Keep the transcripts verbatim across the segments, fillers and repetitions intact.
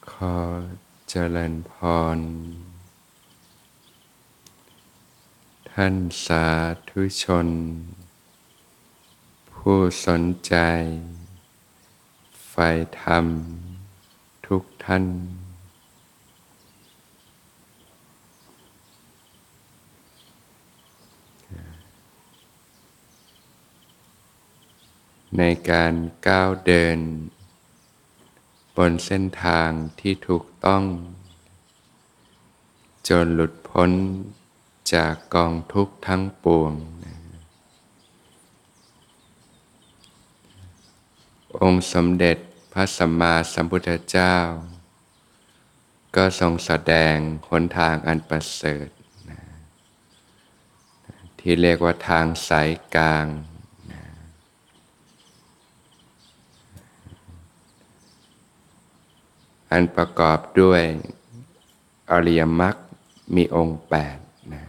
ขอเจริญพรท่านสาธุชนผู้สนใจใฝ่ธรรมทุกท่านในการก้าวเดินบนเส้นทางที่ถูกต้องจนหลุดพ้นจากกองทุกข์ทั้งปวงองค์สมเด็จพระสัมมาสัมพุทธเจ้าก็ทรงแสดงหนทางอันประเสริฐที่เรียกว่าทางสายกลางอันประกอบด้วยอริยมรรคมีองค์แปดนะ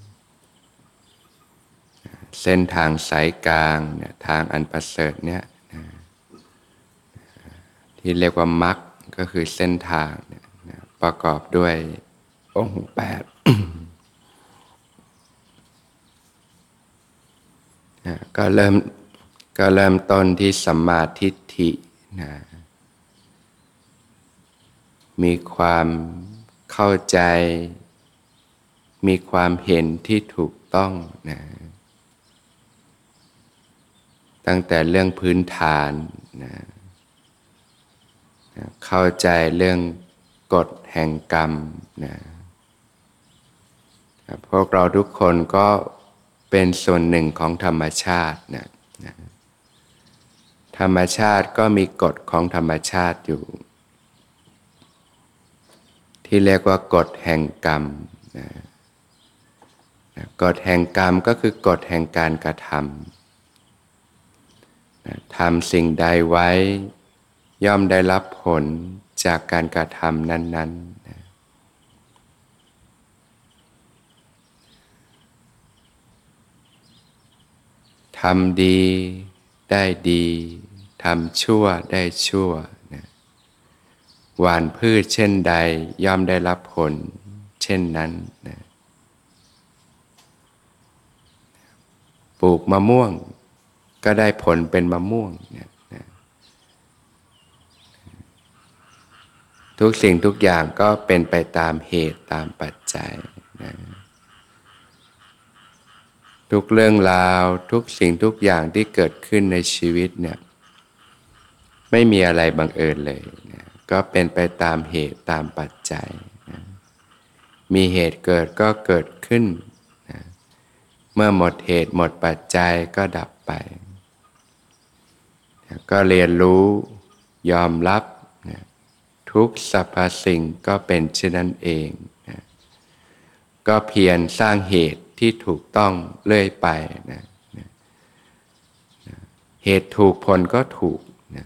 เส้นทางสายกลางเนี่ยทางอันประเสริฐเนี่ยนะที่เรียกว่ามรรคก็คือเส้นทางเนี่ยนะประกอบด้วยองค์แปด นะก็เริ่มก็เริ่มต้นที่สัมมาทิฏฐินะมีความเข้าใจมีความเห็นที่ถูกต้องนะตั้งแต่เรื่องพื้นฐานนะเข้าใจเรื่องกฎแห่งกรรมนะพวกเราทุกคนก็เป็นส่วนหนึ่งของธรรมชาตินะนะธรรมชาติก็มีกฎของธรรมชาติอยู่ที่เรียกว่ากฎแห่งกรรมนะนะกฎแห่งกรรมก็คือกฎแห่งการกระทำนะทำสิ่งใดไว้ย่อมได้รับผลจากการกระทำนั้นๆนะทำดีได้ดีทำชั่วได้ชั่วนะหว่านพืชเช่นใดย่อมได้รับผลเช่นนั้นนะปลูกมะม่วงก็ได้ผลเป็นมะม่วงนะนะทุกสิ่งทุกอย่างก็เป็นไปตามเหตุตามปัจจัยนะทุกเรื่องราวทุกสิ่งทุกอย่างที่เกิดขึ้นในชีวิตเนี่ยไม่มีอะไรบังเอิญเลยนะก็เป็นไปตามเหตุตามปัจจัยนะมีเหตุเกิดก็เกิดขึ้นนะเมื่อหมดเหตุหมดปัจจัยก็ดับไปนะก็เรียนรู้ยอมรับนะทุกสรรพสิ่งก็เป็นเช่นนั้นเองนะก็เพียรสร้างเหตุที่ถูกต้องเรื่อยไปนะนะนะเหตุถูกผลก็ถูกนะ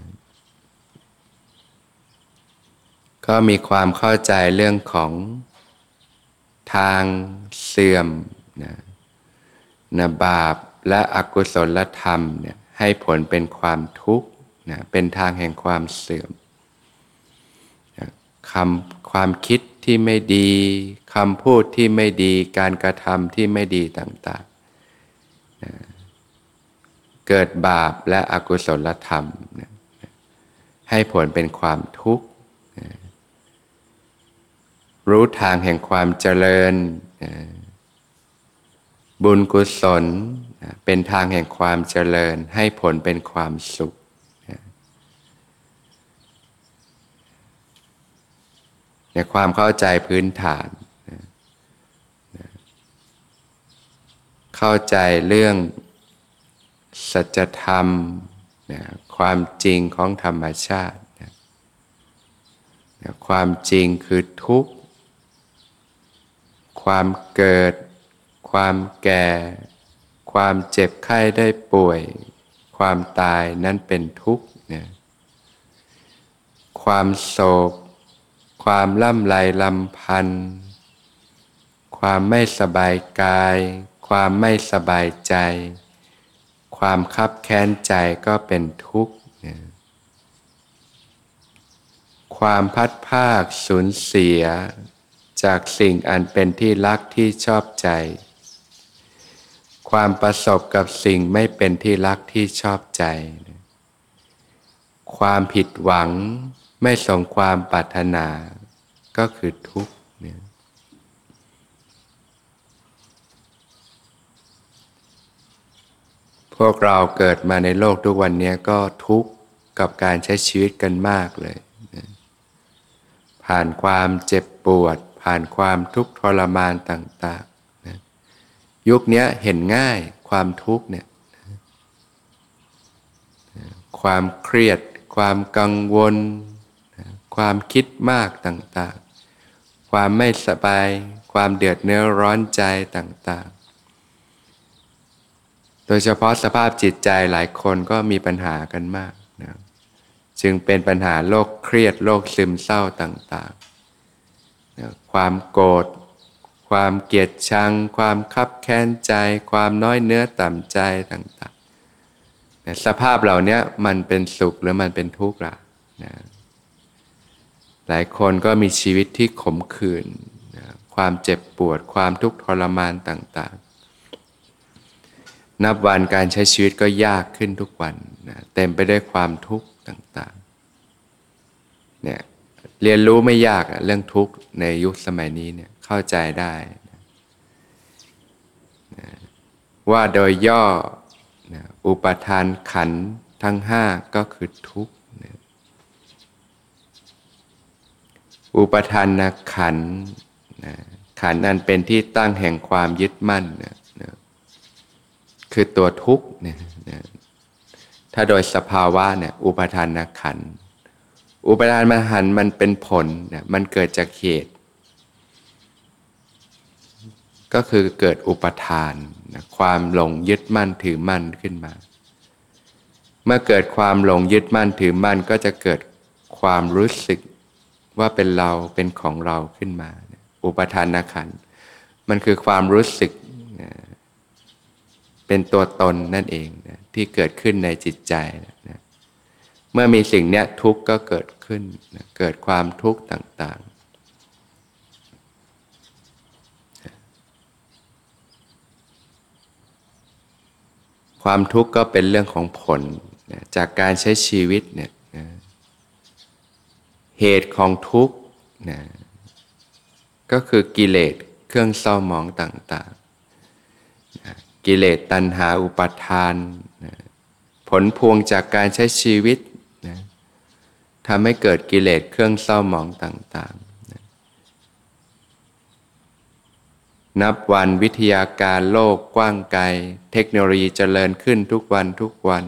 ก็มีความเข้าใจเรื่องของทางเสื่อมนะนะบาปและอกุศลธรรมเนี่ยให้ผลเป็นความทุกข์นะเป็นทางแห่งความเสื่อมนะคำความคิดที่ไม่ดีคำพูดที่ไม่ดีการกระทำที่ไม่ดีต่างๆนะเกิดบาปและอกุศลธรรมนะให้ผลเป็นความทุกข์นะรู้ทางแห่งความเจริญนะบุญกุศลนะเป็นทางแห่งความเจริญให้ผลเป็นความสุขนะในความเข้าใจพื้นฐานนะนะเข้าใจเรื่องสัจธรรมนะความจริงของธรรมชาตินะนะความจริงคือทุกข์ความเกิดความแก่ความเจ็บไข้ได้ป่วยความตายนั้นเป็นทุกข์นะความโศกความล่ำไรลำพันธ์ความไม่สบายกายความไม่สบายใจความคับแค้นใจก็เป็นทุกข์นะความพัดภาคสูญเสียจากสิ่งอันเป็นที่รักที่ชอบใจความประสบกับสิ่งไม่เป็นที่รักที่ชอบใจความผิดหวังไม่สมความปรารถนาก็คือทุกข์เนี่ยพวกเราเกิดมาในโลกทุกวันนี้ก็ทุกข์กับการใช้ชีวิตกันมากเลยนะผ่านความเจ็บปวดผ่านความทุกข์ทรมานต่างๆนะยุคนี้เห็นง่ายความทุกข์เนี่ยความเครียดความกังวลความคิดมากต่างๆความไม่สบายความเดือดเนื้อร้อนใจต่างๆโดยเฉพาะสภาพจิตใจหลายคนก็มีปัญหากันมากนะจึงเป็นปัญหาโรคเครียดโรคซึมเศร้าต่างๆนะความโกรธความเกลียดชังความคับแค้นใจความน้อยเนื้อต่ำใจต่างๆนะสภาพเหล่านี้มันเป็นสุขหรือมันเป็นทุกข์ล่ะนะหลายคนก็มีชีวิตที่ขมขื่นนะความเจ็บปวดความทุกข์ทรมานต่างๆนับวันการใช้ชีวิตก็ยากขึ้นทุกวันนะเต็มไปด้วยความทุกข์ต่างๆเนี่ยเรียนรู้ไม่ยากเรื่องทุกข์ในยุคสมัยนี้เนี่ยเข้าใจได้นะนะว่าโดยย่อนะอุปทานขันธ์ทั้งห้าก็คือทุกข์นะอุปทานขันธ์นะขันธ์นั้นเป็นที่ตั้งแห่งความยึดมั่นนะนะคือตัวทุกข์เนี่ยนะถ้าโดยสภาวะเนี่ยอุปทานขันธ์อุปทานขันธ์มันเป็นผลเนี่ยมันเกิดจากเหตุก็คือเกิดอุปทานนะความหลงยึดมั่นถือมั่นขึ้นมาเมื่อเกิดความหลงยึดมั่นถือมั่นก็จะเกิดความรู้สึกว่าเป็นเราเป็นของเราขึ้นมาอุปทานขันธ์มันคือความรู้สึกนะเป็นตัวตนนั่นเองนะที่เกิดขึ้นในจิตใจนะเมื่อมีสิ่งเนี้ยทุกข์ก็เกิดขึ้นนะเกิดความทุกข์ต่างๆความทุกข์ก็เป็นเรื่องของผลนะจากการใช้ชีวิตเนี่ยนะเหตุของทุกข์นะก็คือกิเลสเครื่องเศร้าหมองต่างๆนะกิเลสตัณหาอุปาทานนะผลพวงจากการใช้ชีวิตนะทำให้เกิดกิเลสเครื่องเศร้าหมองต่างๆนะนับวันวิทยาการโลกกว้างไกลเทคโนโลยีเจริญขึ้นทุกวันทุกวัน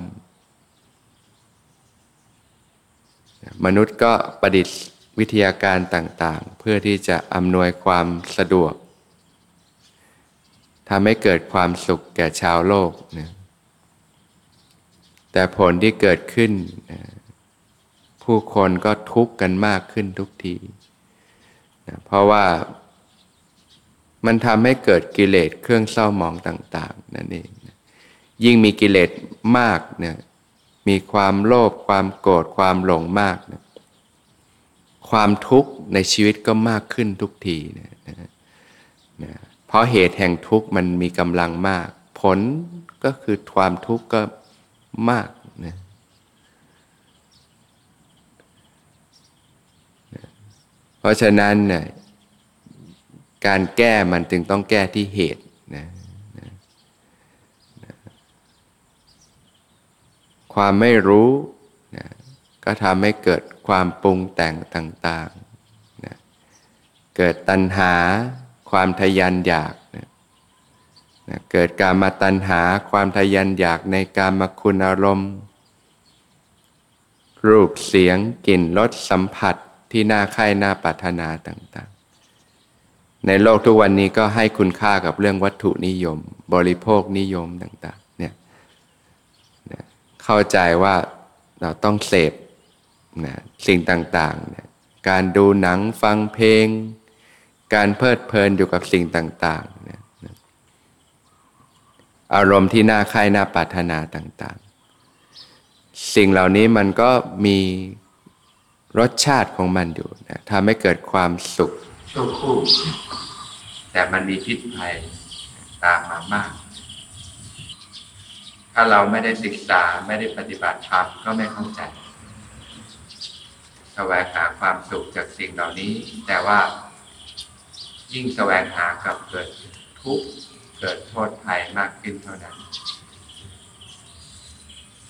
มนุษย์ก็ประดิษฐ์วิทยาการต่างๆเพื่อที่จะอำนวยความสะดวกทำให้เกิดความสุขแก่ชาวโลกนะแต่ผลที่เกิดขึ้นนะผู้คนก็ทุกข์กันมากขึ้นทุกทีนะเพราะว่ามันทำให้เกิดกิเลสเครื่องเศร้าหมองต่างๆนั่นเองนะยิ่งมีกิเลสมากเนี่ยมีความโลภความโกรธความหลงมากนะความทุกข์ในชีวิตก็มากขึ้นทุกทีนะนะนะเพราะเหตุแห่งทุกข์มันมีกำลังมากผลก็คือความทุกข์ก็มากนะนะเพราะฉะนั้นเนี่ยการแก้มันจึงต้องแก้ที่เหตุนะนะนะความไม่รู้นะก็ทำให้เกิดความปรุงแต่งต่างๆนะเกิดตัณหาความทะยานอยากนะนะเกิดกามตัณหาความทะยานอยากในกามคุณอารมณ์รูปเสียงกลิ่นรสสัมผัสที่น่าใคร่น่าปรารถนาต่างๆในโลกทุกวันนี้ก็ให้คุณค่ากับเรื่องวัตถุนิยมบริโภคนิยมต่างๆเนี่ยนะเข้าใจว่าเราต้องเสพนะสิ่งต่างๆเนี่ยการดูหนังฟังเพลงการเพลิดเพลินอยู่กับสิ่งต่างๆนะนะอารมณ์ที่น่าใคร่น่าปรารถนาต่างๆสิ่งเหล่านี้มันก็มีรสชาติของมันอยู่นะทำให้เกิดความสุขชั่วครู่แต่มันมีพิษภัยตามมามากถ้าเราไม่ได้ศึกษาไม่ได้ปฏิบัติธรรมก็ไม่เข้าใจแสวงหาความสุขจากสิ่งเหล่านี้แต่ว่ายิ่งแสวงหากับเกิดทุกข์เกิดโทษภัยมากขึ้นเท่านั้น